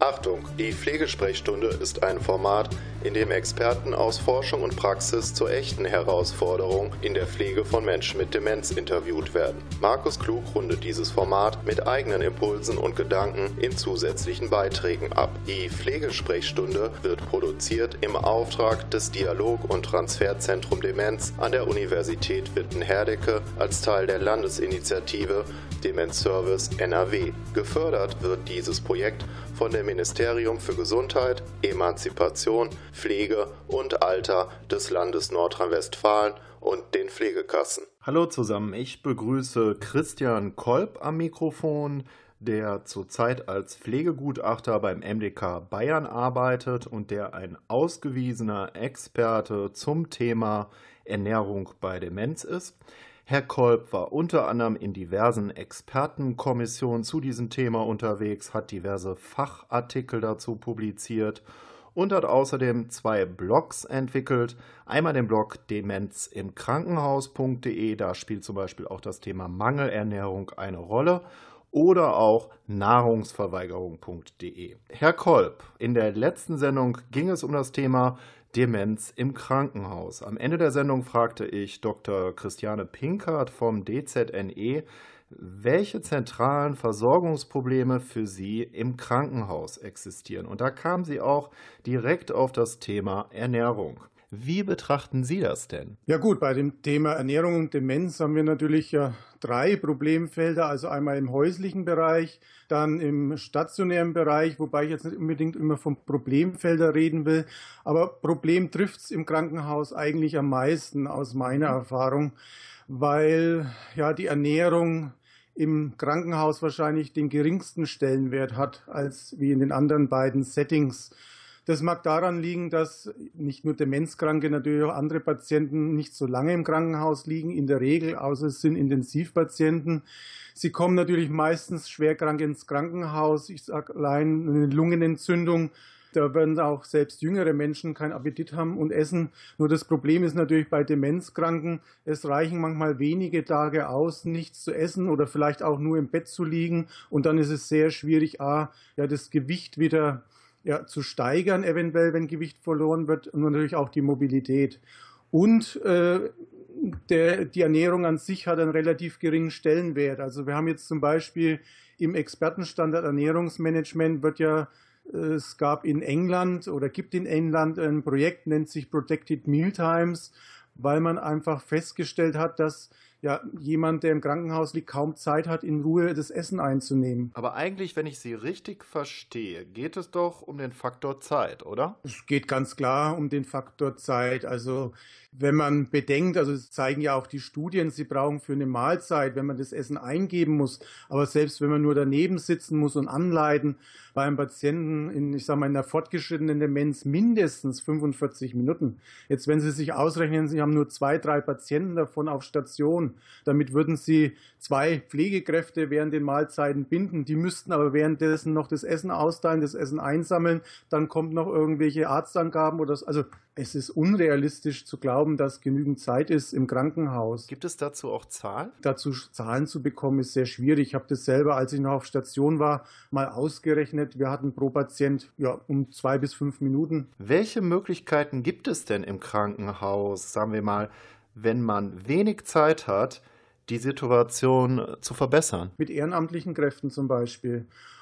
Achtung, die Pflegesprechstunde ist ein Format, in dem Experten aus Forschung und Praxis zu echten Herausforderungen in der Pflege von Menschen mit Demenz interviewt werden. Markus Klug rundet dieses Format mit eigenen Impulsen und Gedanken in zusätzlichen Beiträgen ab. Die Pflegesprechstunde wird produziert im Auftrag des Dialog- und Transferzentrum Demenz an der Universität Witten-Herdecke als Teil der Landesinitiative Demenzservice NRW. Gefördert wird dieses Projekt von dem Ministerium für Gesundheit, Emanzipation, Pflege und Alter des Landes Nordrhein-Westfalen und den Pflegekassen. Hallo zusammen, ich begrüße Christian Kolb am Mikrofon, der zurzeit als Pflegegutachter beim MDK Bayern arbeitet und der ein ausgewiesener Experte zum Thema Ernährung bei Demenz ist. Herr Kolb war unter anderem in diversen Expertenkommissionen zu diesem Thema unterwegs, hat diverse Fachartikel dazu publiziert und hat außerdem 2 Blogs entwickelt. Einmal den Blog demenzimkrankenhaus.de, da spielt zum Beispiel auch das Thema Mangelernährung eine Rolle, oder auch nahrungsverweigerung.de. Herr Kolb, in der letzten Sendung ging es um das Thema Demenz im Krankenhaus. Am Ende der Sendung fragte ich Dr. Christiane Pinkert vom DZNE, welche zentralen Versorgungsprobleme für sie im Krankenhaus existieren. Und da kam sie auch direkt auf das Thema Ernährung. Wie betrachten Sie das denn? Ja gut, bei dem Thema Ernährung und Demenz haben wir natürlich 3 Problemfelder, also einmal im häuslichen Bereich, dann im stationären Bereich, wobei ich jetzt nicht unbedingt immer von Problemfelder reden will, aber Problem trifft es im Krankenhaus eigentlich am meisten aus meiner Erfahrung, weil ja die Ernährung im Krankenhaus wahrscheinlich den geringsten Stellenwert hat als wie in den anderen beiden Settings. Das mag daran liegen, dass nicht nur Demenzkranke, natürlich auch andere Patienten nicht so lange im Krankenhaus liegen, in der Regel, außer es sind Intensivpatienten. Sie kommen natürlich meistens schwerkrank ins Krankenhaus. Ich sage allein eine Lungenentzündung. Da werden auch selbst jüngere Menschen keinen Appetit haben und essen. Nur das Problem ist natürlich bei Demenzkranken, es reichen manchmal wenige Tage aus, nichts zu essen oder vielleicht auch nur im Bett zu liegen. Und dann ist es sehr schwierig, das Gewicht wieder zu steigern, eventuell, wenn Gewicht verloren wird, und natürlich auch die Mobilität. Und die Ernährung an sich hat einen relativ geringen Stellenwert. Also wir haben jetzt zum Beispiel im Expertenstandard Ernährungsmanagement es gab in England oder gibt in England ein Projekt, nennt sich Protected Mealtimes, weil man einfach festgestellt hat, dass jemand, der im Krankenhaus liegt, kaum Zeit hat, in Ruhe das Essen einzunehmen. Aber eigentlich, wenn ich Sie richtig verstehe, geht es doch um den Faktor Zeit, oder? Es geht ganz klar um den Faktor Zeit. Also wenn man bedenkt, also es zeigen ja auch die Studien, Sie brauchen für eine Mahlzeit, wenn man das Essen eingeben muss, aber selbst wenn man nur daneben sitzen muss und anleiten, bei einem Patienten in der fortgeschrittenen Demenz mindestens 45 Minuten. Jetzt, wenn Sie sich ausrechnen, Sie haben nur 2, 3 Patienten davon auf Station, damit würden Sie 2 Pflegekräfte während den Mahlzeiten binden. Die müssten aber währenddessen noch das Essen austeilen, das Essen einsammeln. Dann kommt noch irgendwelche Arztangaben oder so. Also es ist unrealistisch zu glauben, dass genügend Zeit ist im Krankenhaus. Gibt es dazu auch Zahlen? Dazu Zahlen zu bekommen, ist sehr schwierig. Ich habe das selber, als ich noch auf Station war, mal ausgerechnet. Wir hatten pro Patient um 2 bis 5 Minuten. Welche Möglichkeiten gibt es denn im Krankenhaus, sagen wir mal, wenn man wenig Zeit hat, die Situation zu verbessern? Mit ehrenamtlichen Kräften zum Beispiel.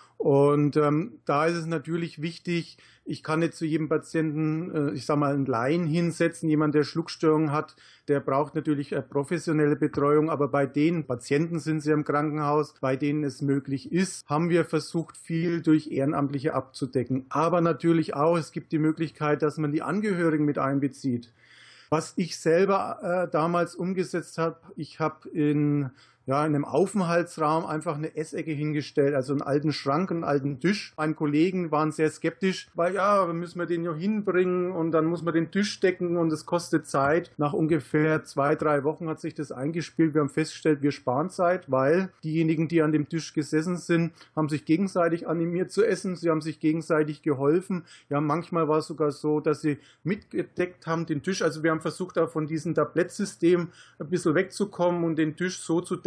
Und da ist es natürlich wichtig, ich kann nicht zu jedem Patienten, einen Laien hinsetzen, jemand, der Schluckstörungen hat, der braucht natürlich professionelle Betreuung, aber bei den Patienten sind sie im Krankenhaus, bei denen es möglich ist, haben wir versucht, viel durch Ehrenamtliche abzudecken. Aber natürlich auch, es gibt die Möglichkeit, dass man die Angehörigen mit einbezieht. Was ich selber damals umgesetzt habe, ich habe in einem Aufenthaltsraum einfach eine Essecke hingestellt, also einen alten Schrank, einen alten Tisch. Meine Kollegen waren sehr skeptisch, weil müssen wir den ja hinbringen und dann muss man den Tisch decken und es kostet Zeit. Nach ungefähr 2, 3 Wochen hat sich das eingespielt. Wir haben festgestellt, wir sparen Zeit, weil diejenigen, die an dem Tisch gesessen sind, haben sich gegenseitig animiert zu essen. Sie haben sich gegenseitig geholfen. Ja, manchmal war es sogar so, dass sie mitgedeckt haben den Tisch. Also wir haben versucht, auch von diesem Tablettsystem ein bisschen wegzukommen und den Tisch so zu decken,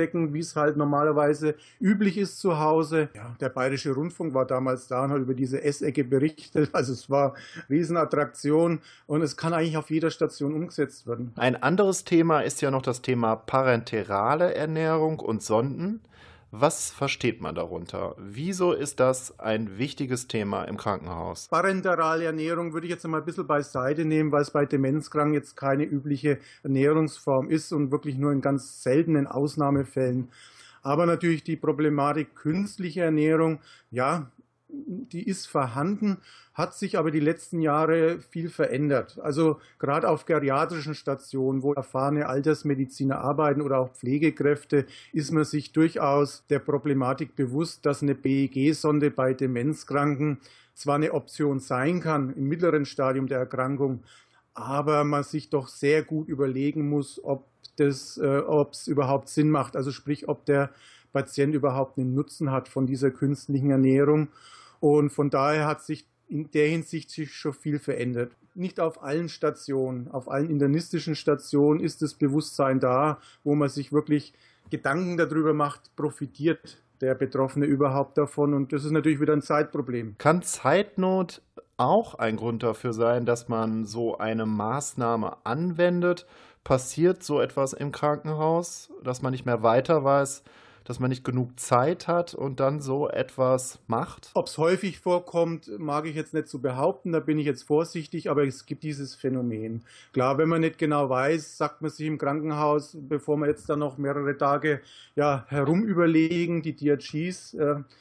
schmecken, wie es halt normalerweise üblich ist zu Hause. Ja, der Bayerische Rundfunk war damals da und hat über diese Essecke berichtet. Also es war Riesenattraktion und es kann eigentlich auf jeder Station umgesetzt werden. Ein anderes Thema ist ja noch das Thema parenterale Ernährung und Sonden. Was versteht man darunter? Wieso ist das ein wichtiges Thema im Krankenhaus? Parenterale Ernährung würde ich jetzt mal ein bisschen beiseite nehmen, weil es bei Demenzkranken jetzt keine übliche Ernährungsform ist und wirklich nur in ganz seltenen Ausnahmefällen. Aber natürlich die Problematik künstliche Ernährung, ja, die ist vorhanden, hat sich aber die letzten Jahre viel verändert. Also gerade auf geriatrischen Stationen, wo erfahrene Altersmediziner arbeiten oder auch Pflegekräfte, ist man sich durchaus der Problematik bewusst, dass eine BEG-Sonde bei Demenzkranken zwar eine Option sein kann im mittleren Stadium der Erkrankung, aber man sich doch sehr gut überlegen muss, ob es überhaupt Sinn macht. Also sprich, ob der Patient überhaupt einen Nutzen hat von dieser künstlichen Ernährung. Und von daher hat sich in der Hinsicht schon viel verändert. Nicht auf allen Stationen, auf allen internistischen Stationen ist das Bewusstsein da, wo man sich wirklich Gedanken darüber macht, profitiert der Betroffene überhaupt davon. Und das ist natürlich wieder ein Zeitproblem. Kann Zeitnot auch ein Grund dafür sein, dass man so eine Maßnahme anwendet? Passiert so etwas im Krankenhaus, dass man nicht mehr weiter weiß, dass man nicht genug Zeit hat und dann so etwas macht? Ob es häufig vorkommt, mag ich jetzt nicht so behaupten, da bin ich jetzt vorsichtig, aber es gibt dieses Phänomen. Klar, wenn man nicht genau weiß, sagt man sich im Krankenhaus, bevor wir jetzt dann noch mehrere Tage herumüberlegen, die DRGs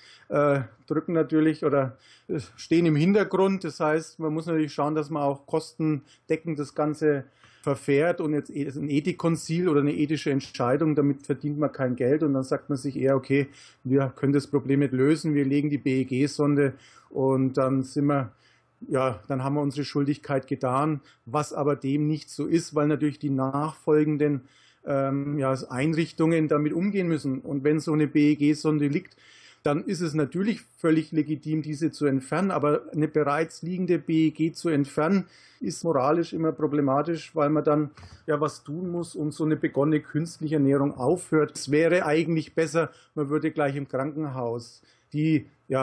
drücken natürlich oder stehen im Hintergrund. Das heißt, man muss natürlich schauen, dass man auch kostendeckend das Ganze verfährt und jetzt ein Ethikkonzil oder eine ethische Entscheidung, damit verdient man kein Geld und dann sagt man sich eher, okay, wir können das Problem nicht lösen, wir legen die BEG-Sonde und dann dann haben wir unsere Schuldigkeit getan, was aber dem nicht so ist, weil natürlich die nachfolgenden Einrichtungen damit umgehen müssen. Und wenn so eine BEG-Sonde liegt, dann ist es natürlich völlig legitim, diese zu entfernen. Aber eine bereits liegende BEG zu entfernen, ist moralisch immer problematisch, weil man dann was tun muss und so eine begonnene künstliche Ernährung aufhört. Es wäre eigentlich besser, man würde gleich im Krankenhaus die,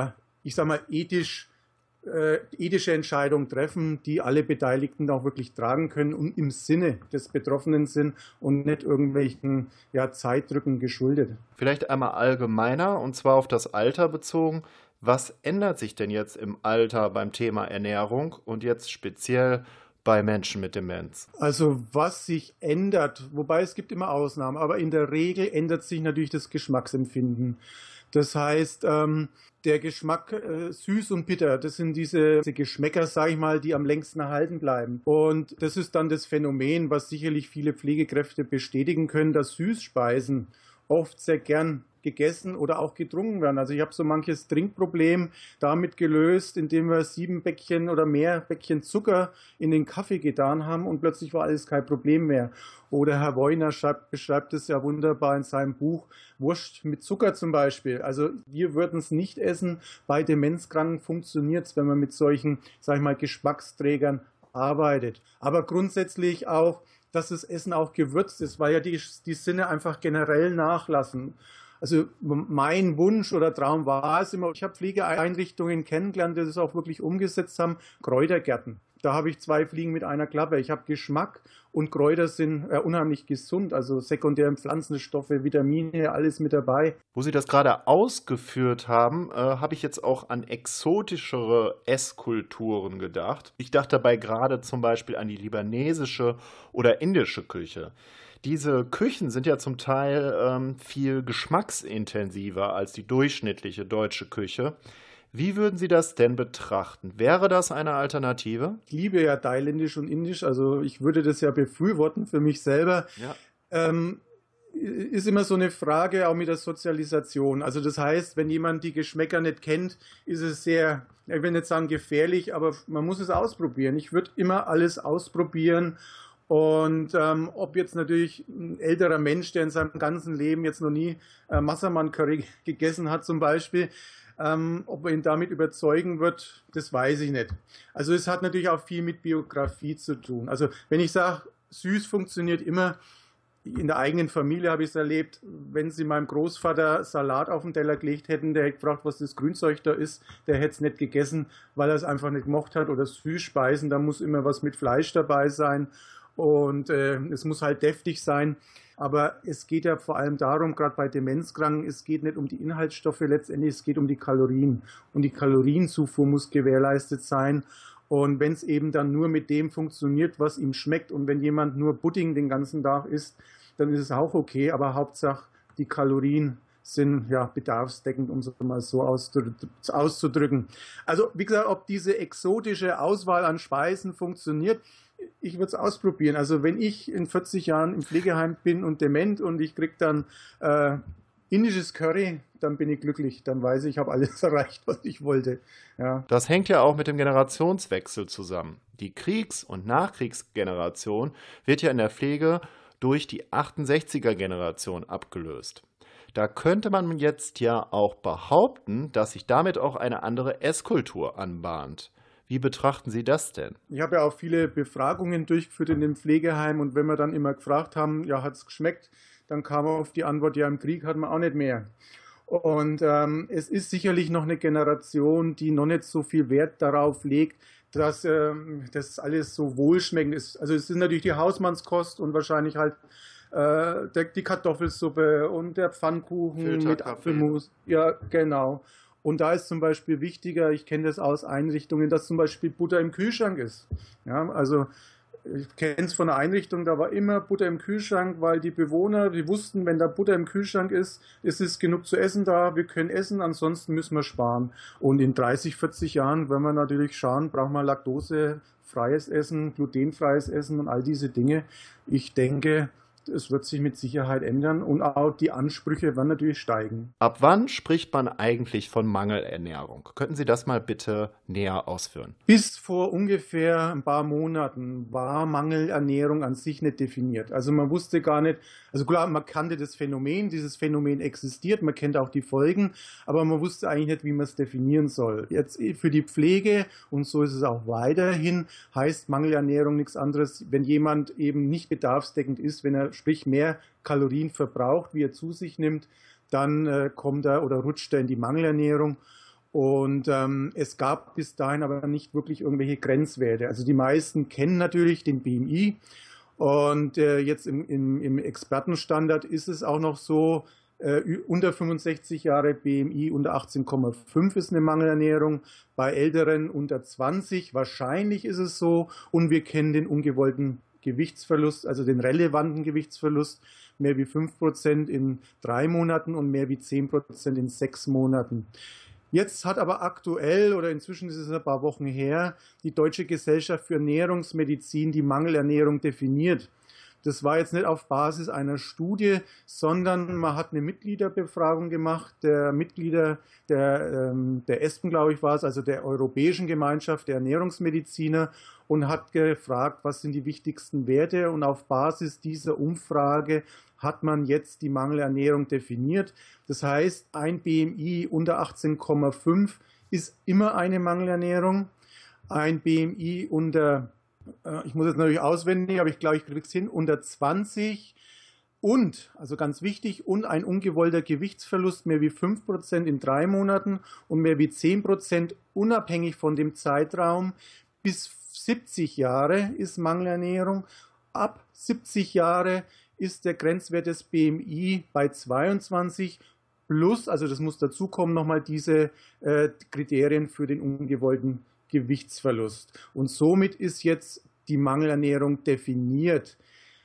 ethische Entscheidung treffen, die alle Beteiligten auch wirklich tragen können und im Sinne des Betroffenen sind und nicht irgendwelchen Zeitdrücken geschuldet. Vielleicht einmal allgemeiner und zwar auf das Alter bezogen. Was ändert sich denn jetzt im Alter beim Thema Ernährung und jetzt speziell bei Menschen mit Demenz? Also was sich ändert, wobei es gibt immer Ausnahmen, aber in der Regel ändert sich natürlich das Geschmacksempfinden. Das heißt, der Geschmack süß und bitter, das sind diese Geschmäcker, sage ich mal, die am längsten erhalten bleiben. Und das ist dann das Phänomen, was sicherlich viele Pflegekräfte bestätigen können, dass Süßspeisen oft sehr gern gegessen oder auch getrunken werden. Also ich habe so manches Trinkproblem damit gelöst, indem wir 7 Bäckchen oder mehr Bäckchen Zucker in den Kaffee getan haben und plötzlich war alles kein Problem mehr. Oder Herr Woiner beschreibt es ja wunderbar in seinem Buch Wurst mit Zucker zum Beispiel. Also wir würden es nicht essen. Bei Demenzkranken funktioniert es, wenn man mit solchen, sag ich mal, Geschmacksträgern arbeitet. Aber grundsätzlich auch, dass das Essen auch gewürzt ist, weil ja die Sinne einfach generell nachlassen. Also mein Wunsch oder Traum war es immer, ich habe Pflegeeinrichtungen kennengelernt, die das auch wirklich umgesetzt haben, Kräutergärten. Da habe ich 2 Fliegen mit einer Klappe. Ich habe Geschmack und Kräuter sind unheimlich gesund, also sekundäre Pflanzenstoffe, Vitamine, alles mit dabei. Wo Sie das gerade ausgeführt haben, habe ich jetzt auch an exotischere Esskulturen gedacht. Ich dachte dabei gerade zum Beispiel an die libanesische oder indische Küche. Diese Küchen sind ja zum Teil viel geschmacksintensiver als die durchschnittliche deutsche Küche. Wie würden Sie das denn betrachten? Wäre das eine Alternative? Ich liebe ja thailändisch und indisch, also ich würde das ja befürworten für mich selber. Ja. Ist immer so eine Frage auch mit der Sozialisation. Also das heißt, wenn jemand die Geschmäcker nicht kennt, ist es sehr, ich will nicht sagen gefährlich, aber man muss es ausprobieren. Ich würde immer alles ausprobieren. Und ob jetzt natürlich ein älterer Mensch, der in seinem ganzen Leben jetzt noch nie Massaman-Curry gegessen hat zum Beispiel, ob er ihn damit überzeugen wird, das weiß ich nicht. Also es hat natürlich auch viel mit Biografie zu tun. Also wenn ich sage, süß funktioniert immer, in der eigenen Familie habe ich es erlebt, wenn sie meinem Großvater Salat auf den Teller gelegt hätten, der hätte gefragt, was das Grünzeug da ist, der hätte es nicht gegessen, weil er es einfach nicht gemocht hat. Oder Süßspeisen, da muss immer was mit Fleisch dabei sein und es muss halt deftig sein. Aber es geht ja vor allem darum, gerade bei Demenzkranken, es geht nicht um die Inhaltsstoffe letztendlich, es geht um die Kalorien. Und die Kalorienzufuhr muss gewährleistet sein. Und wenn es eben dann nur mit dem funktioniert, was ihm schmeckt, und wenn jemand nur Pudding den ganzen Tag isst, dann ist es auch okay. Aber Hauptsache, die Kalorien sind ja bedarfsdeckend, um es mal so auszudrücken. Also wie gesagt, ob diese exotische Auswahl an Speisen funktioniert, ich würde es ausprobieren. Also wenn ich in 40 Jahren im Pflegeheim bin und dement und ich kriege dann indisches Curry, dann bin ich glücklich. Dann weiß ich, ich habe alles erreicht, was ich wollte. Ja. Das hängt ja auch mit dem Generationswechsel zusammen. Die Kriegs- und Nachkriegsgeneration wird ja in der Pflege durch die 68er-Generation abgelöst. Da könnte man jetzt ja auch behaupten, dass sich damit auch eine andere Esskultur anbahnt. Wie betrachten Sie das denn? Ich habe ja auch viele Befragungen durchgeführt in dem Pflegeheim und wenn wir dann immer gefragt haben, ja, hat es geschmeckt, dann kam auf die Antwort, ja, im Krieg hat man auch nicht mehr. Und es ist sicherlich noch eine Generation, die noch nicht so viel Wert darauf legt, dass das alles so wohlschmeckend ist. Also es ist natürlich die Hausmannskost und wahrscheinlich halt die Kartoffelsuppe und der Pfannkuchen mit Apfelmus. Ja, genau. Und da ist zum Beispiel wichtiger, ich kenne das aus Einrichtungen, dass zum Beispiel Butter im Kühlschrank ist. Ja, also ich kenne es von einer Einrichtung, da war immer Butter im Kühlschrank, weil die Bewohner, die wussten, wenn da Butter im Kühlschrank ist, ist es genug zu essen da, wir können essen, ansonsten müssen wir sparen. Und in 30, 40 Jahren, wenn wir natürlich schauen, brauchen wir laktosefreies Essen, glutenfreies Essen und all diese Dinge. Ich denke, es wird sich mit Sicherheit ändern und auch die Ansprüche werden natürlich steigen. Ab wann spricht man eigentlich von Mangelernährung? Könnten Sie das mal bitte näher ausführen? Bis vor ungefähr ein paar Monaten war Mangelernährung an sich nicht definiert. Also man wusste gar nicht, also klar, man kannte das Phänomen, dieses Phänomen existiert, man kennt auch die Folgen, aber man wusste eigentlich nicht, wie man es definieren soll. Jetzt für die Pflege, und so ist es auch weiterhin, heißt Mangelernährung nichts anderes, wenn jemand eben nicht bedarfsdeckend ist, wenn er sprich mehr Kalorien verbraucht, wie er zu sich nimmt, dann kommt er oder rutscht er in die Mangelernährung. Und es gab bis dahin aber nicht wirklich irgendwelche Grenzwerte. Also die meisten kennen natürlich den BMI und jetzt im Expertenstandard ist es auch noch so, unter 65 Jahre BMI unter 18,5 ist eine Mangelernährung, bei Älteren unter 20 wahrscheinlich ist es so und wir kennen den ungewollten Gewichtsverlust, also den relevanten Gewichtsverlust, mehr wie 5% in 3 Monaten und mehr wie 10% in 6 Monaten. Jetzt hat aber aktuell, oder inzwischen ist es ein paar Wochen her, die Deutsche Gesellschaft für Ernährungsmedizin die Mangelernährung definiert. Das war jetzt nicht auf Basis einer Studie, sondern man hat eine Mitgliederbefragung gemacht, der Mitglieder der ESPEN, glaube ich, war es, also der Europäischen Gemeinschaft der Ernährungsmediziner und hat gefragt, was sind die wichtigsten Werte und auf Basis dieser Umfrage hat man jetzt die Mangelernährung definiert. Das heißt, ein BMI unter 18,5 ist immer eine Mangelernährung, ein BMI unter ich muss jetzt natürlich auswendig, aber ich glaube, ich kriege es hin, unter 20 und, also ganz wichtig, und ein ungewollter Gewichtsverlust mehr wie 5% in 3 Monaten und mehr wie 10% unabhängig von dem Zeitraum. Bis 70 Jahre ist Mangelernährung. Ab 70 Jahre ist der Grenzwert des BMI bei 22 plus, also das muss dazukommen, nochmal diese Kriterien für den ungewollten Gewichtsverlust. Und somit ist jetzt die Mangelernährung definiert.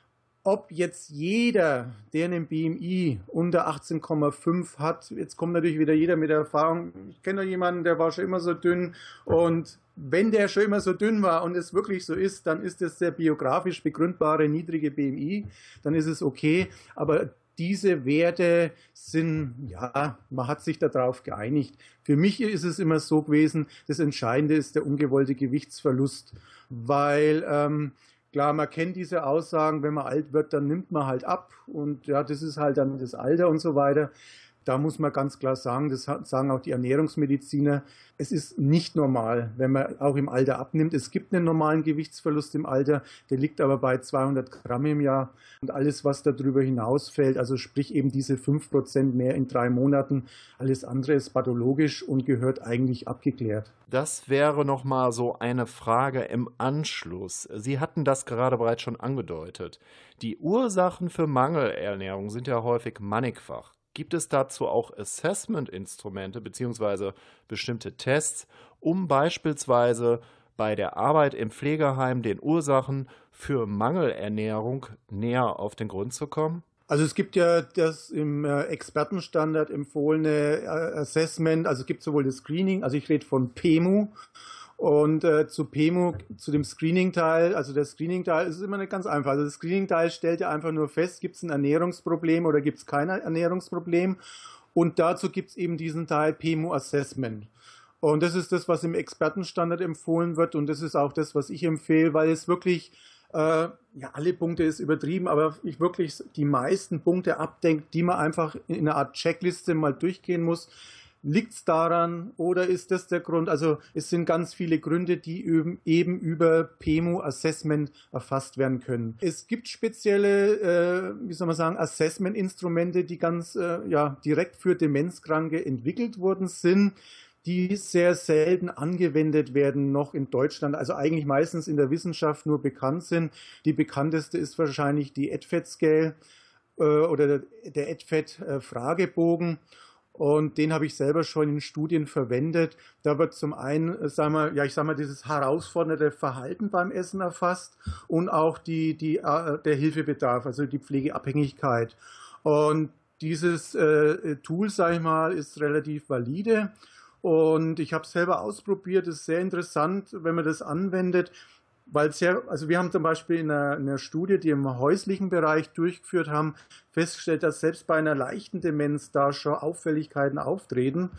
Ob jetzt jeder, der einen BMI unter 18,5 hat, jetzt kommt natürlich wieder jeder mit der Erfahrung, ich kenne jemanden, der war schon immer so dünn und wenn der schon immer so dünn war und es wirklich so ist, dann ist das der biografisch begründbare niedrige BMI, dann ist es okay, aber diese Werte sind, ja, man hat sich darauf geeinigt. Für mich ist es immer so gewesen, das Entscheidende ist der ungewollte Gewichtsverlust, weil klar, man kennt diese Aussagen, wenn man alt wird, dann nimmt man halt ab und ja, das ist halt dann das Alter und so weiter. Da muss man ganz klar sagen, das sagen auch die Ernährungsmediziner, es ist nicht normal, wenn man auch im Alter abnimmt. Es gibt einen normalen Gewichtsverlust im Alter, der liegt aber bei 200 Gramm im Jahr. Und alles, was darüber hinausfällt, also sprich eben diese 5% mehr in 3 Monaten, alles andere ist pathologisch und gehört eigentlich abgeklärt. Das wäre nochmal so eine Frage im Anschluss. Sie hatten das gerade bereits schon angedeutet. Die Ursachen für Mangelernährung sind ja häufig mannigfach. Gibt es dazu auch Assessment-Instrumente bzw. bestimmte Tests, um beispielsweise bei der Arbeit im Pflegeheim den Ursachen für Mangelernährung näher auf den Grund zu kommen? Also es gibt ja das im Expertenstandard empfohlene Assessment, also es gibt sowohl das Screening, also ich rede von PEMU, und zu PEMU, zu dem Screening-Teil, also der Screening-Teil ist immer nicht ganz einfach. Also das Screening-Teil stellt ja einfach nur fest, gibt es ein Ernährungsproblem oder gibt es kein Ernährungsproblem. Und dazu gibt es eben diesen Teil PEMU-Assessment. Und das ist das, was im Expertenstandard empfohlen wird, und das ist auch das, was ich empfehle, weil es wirklich, ja, alle Punkte ist übertrieben, aber ich wirklich die meisten Punkte abdenkt, die man einfach in einer Art Checkliste mal durchgehen muss. Liegt es daran oder ist das der Grund? Also es sind ganz viele Gründe, die eben über PEMU-Assessment erfasst werden können. Es gibt spezielle, wie soll man sagen, Assessment-Instrumente, die ganz direkt für Demenzkranke entwickelt worden sind, die sehr selten angewendet werden noch in Deutschland, also eigentlich meistens in der Wissenschaft nur bekannt sind. Die bekannteste ist wahrscheinlich die EDFED-Scale oder der EDFED-Fragebogen. Und den habe ich selber schon in Studien verwendet. Da wird zum einen, dieses herausfordernde Verhalten beim Essen erfasst und auch der Hilfebedarf, also die Pflegeabhängigkeit. Und dieses Tool, sage ich mal, ist relativ valide. Und ich habe es selber ausprobiert. Es ist sehr interessant, wenn man das anwendet. Also wir haben zum Beispiel in einer Studie, die im häuslichen Bereich durchgeführt haben, festgestellt, dass selbst bei einer leichten Demenz da schon Auffälligkeiten auftreten.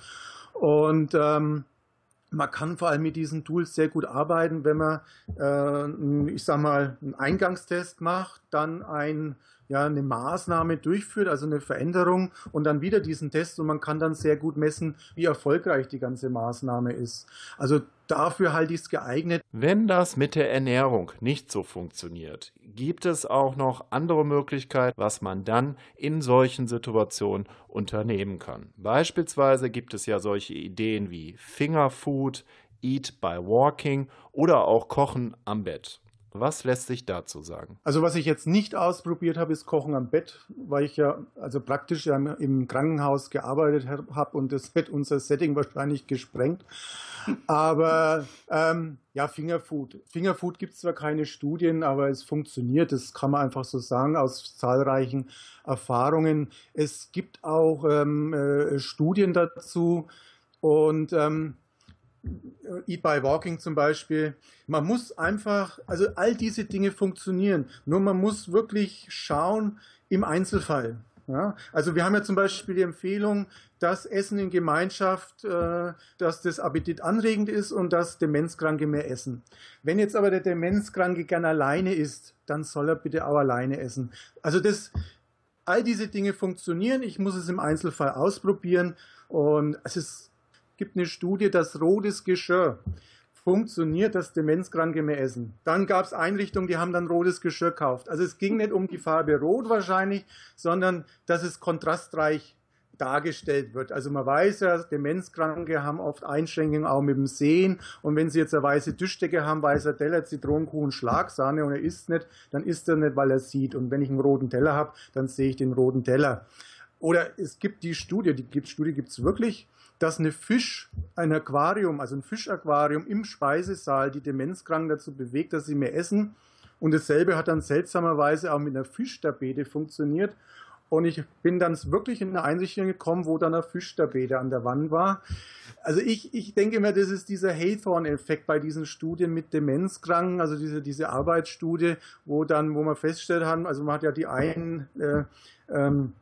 Und man kann vor allem mit diesen Tools sehr gut arbeiten, wenn man, einen Eingangstest macht, dann eine Maßnahme durchführt, also eine Veränderung, und dann wieder diesen Test, und man kann dann sehr gut messen, wie erfolgreich die ganze Maßnahme ist. Also dafür halte ich es geeignet. Wenn das mit der Ernährung nicht so funktioniert, gibt es auch noch andere Möglichkeiten, was man dann in solchen Situationen unternehmen kann. Beispielsweise gibt es ja solche Ideen wie Fingerfood, Eat by Walking oder auch Kochen am Bett. Was lässt sich dazu sagen? Also was ich jetzt nicht ausprobiert habe, ist Kochen am Bett, weil ich ja also praktisch im Krankenhaus gearbeitet habe, und das hätte unser Setting wahrscheinlich gesprengt. Aber Fingerfood. Fingerfood gibt es zwar keine Studien, aber es funktioniert. Das kann man einfach so sagen aus zahlreichen Erfahrungen. Es gibt auch Studien dazu, und Eat by Walking zum Beispiel. Man muss einfach, also all diese Dinge funktionieren. Nur man muss wirklich schauen im Einzelfall. Ja? Also wir haben ja zum Beispiel die Empfehlung, dass Essen in Gemeinschaft, dass das Appetit anregend ist und dass Demenzkranke mehr essen. Wenn jetzt aber der Demenzkranke gern alleine isst, dann soll er bitte auch alleine essen. Also all diese Dinge funktionieren. Ich muss es im Einzelfall ausprobieren, und es gibt eine Studie, dass rotes Geschirr funktioniert, dass Demenzkranke mehr essen. Dann gab es Einrichtungen, die haben dann rotes Geschirr gekauft. Also es ging nicht um die Farbe Rot wahrscheinlich, sondern dass es kontrastreich dargestellt wird. Also man weiß ja, Demenzkranke haben oft Einschränkungen auch mit dem Sehen, und wenn sie jetzt eine weiße Tischdecke haben, weißer Teller, Zitronenkuchen, Schlagsahne, und er isst nicht, dann isst er nicht, weil er sieht. Und wenn ich einen roten Teller habe, dann sehe ich den roten Teller. Oder es gibt die Studie gibt es wirklich, dass ein Fischaquarium im Speisesaal die Demenzkranken dazu bewegt, dass sie mehr essen. Und dasselbe hat dann seltsamerweise auch mit einer Fischtapete funktioniert. Und ich bin dann wirklich in eine Einrichtung gekommen, wo dann eine Fischtapete an der Wand war. Also ich denke immer, das ist dieser Haythorne-Effekt bei diesen Studien mit Demenzkranken, also diese Arbeitsstudie, wo man festgestellt hat, also man hat ja die einen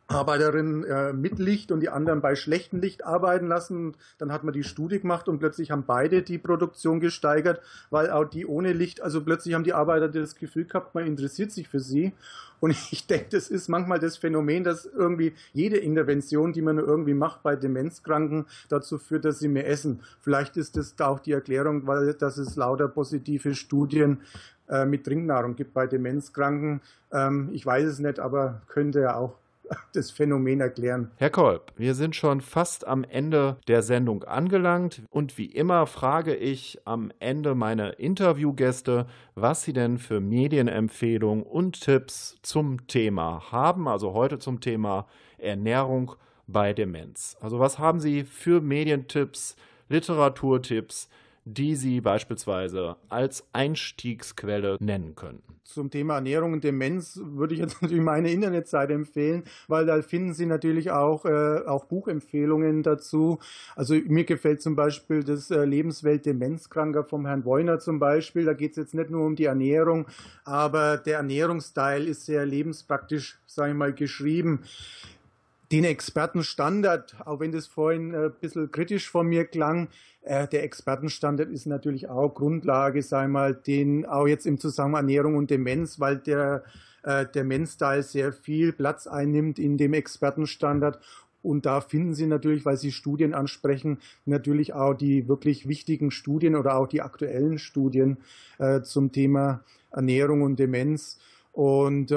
Arbeiterin mit Licht und die anderen bei schlechtem Licht arbeiten lassen. Dann hat man die Studie gemacht und plötzlich haben beide die Produktion gesteigert, weil auch die ohne Licht, also plötzlich haben die Arbeiter das Gefühl gehabt, man interessiert sich für sie. Und ich denke, das ist manchmal das Phänomen, dass irgendwie jede Intervention, die man irgendwie macht bei Demenzkranken, dazu führt, dass sie mehr essen. Vielleicht ist das da auch die Erklärung, weil dass es lauter positive Studien mit Trinknahrung gibt bei Demenzkranken. Ich weiß es nicht, aber könnte ja auch das Phänomen erklären. Herr Kolb, wir sind schon fast am Ende der Sendung angelangt und wie immer frage ich am Ende meine Interviewgäste, was sie denn für Medienempfehlungen und Tipps zum Thema haben, also heute zum Thema Ernährung bei Demenz. Also was haben Sie für Medientipps, Literaturtipps, die Sie beispielsweise als Einstiegsquelle nennen könnten? Zum Thema Ernährung und Demenz würde ich jetzt natürlich meine Internetseite empfehlen, weil da finden Sie natürlich auch Buchempfehlungen dazu. Also mir gefällt zum Beispiel das Lebenswelt Demenzkranker vom Herrn Woyner zum Beispiel. Da geht es jetzt nicht nur um die Ernährung, aber der Ernährungsteil ist sehr lebenspraktisch, sage ich mal, geschrieben. Den Expertenstandard, auch wenn das vorhin ein bisschen kritisch von mir klang, der Expertenstandard ist natürlich auch Grundlage, sag ich mal, den auch jetzt im Zusammenhang Ernährung und Demenz, weil der Demenzteil sehr viel Platz einnimmt in dem Expertenstandard. Und da finden Sie natürlich, weil Sie Studien ansprechen, natürlich auch die wirklich wichtigen Studien oder auch die aktuellen Studien zum Thema Ernährung und Demenz. Und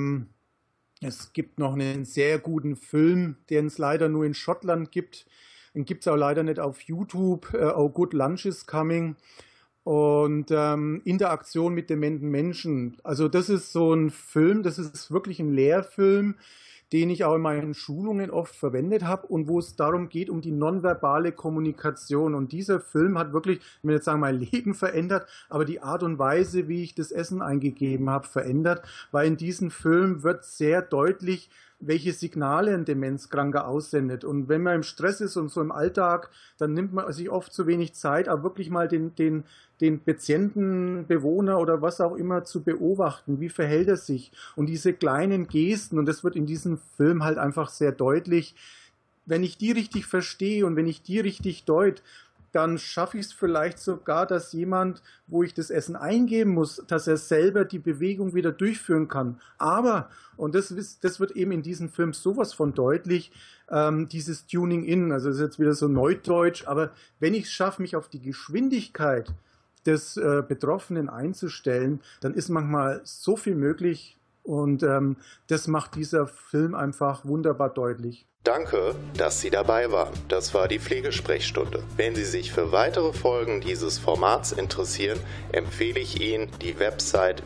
es gibt noch einen sehr guten Film, den es leider nur in Schottland gibt. Den gibt es auch leider nicht auf YouTube. Oh Good Lunch is Coming. Und Interaktion mit dementen Menschen. Also das ist so ein Film, das ist wirklich ein Lehrfilm, den ich auch in meinen Schulungen oft verwendet habe und wo es darum geht, um die nonverbale Kommunikation. Und dieser Film hat wirklich, ich will jetzt sagen, mein Leben verändert, aber die Art und Weise, wie ich das Essen eingegeben habe, verändert, weil in diesem Film wird sehr deutlich, welche Signale ein Demenzkranker aussendet. Und wenn man im Stress ist und so im Alltag, dann nimmt man sich oft zu wenig Zeit, aber wirklich mal den Patienten, Bewohner oder was auch immer zu beobachten. Wie verhält er sich? Und diese kleinen Gesten, und das wird in diesem Film halt einfach sehr deutlich, wenn ich die richtig verstehe und wenn ich die richtig deute, dann schaffe ich es vielleicht sogar, dass jemand, wo ich das Essen eingeben muss, dass er selber die Bewegung wieder durchführen kann. Aber, und das wird eben in diesem Film sowas von deutlich, dieses Tuning-in, also das ist jetzt wieder so Neudeutsch, aber wenn ich es schaffe, mich auf die Geschwindigkeit des Betroffenen einzustellen, dann ist manchmal so viel möglich und das macht dieser Film einfach wunderbar deutlich. Danke, dass Sie dabei waren. Das war die Pflegesprechstunde. Wenn Sie sich für weitere Folgen dieses Formats interessieren, empfehle ich Ihnen, die Website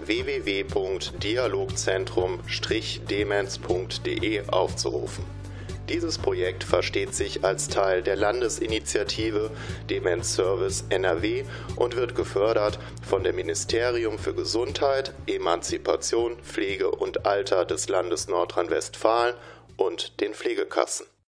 www.dialogzentrum-demenz.de aufzurufen. Dieses Projekt versteht sich als Teil der Landesinitiative Demenzservice NRW und wird gefördert von dem Ministerium für Gesundheit, Emanzipation, Pflege und Alter des Landes Nordrhein-Westfalen und den Pflegekassen.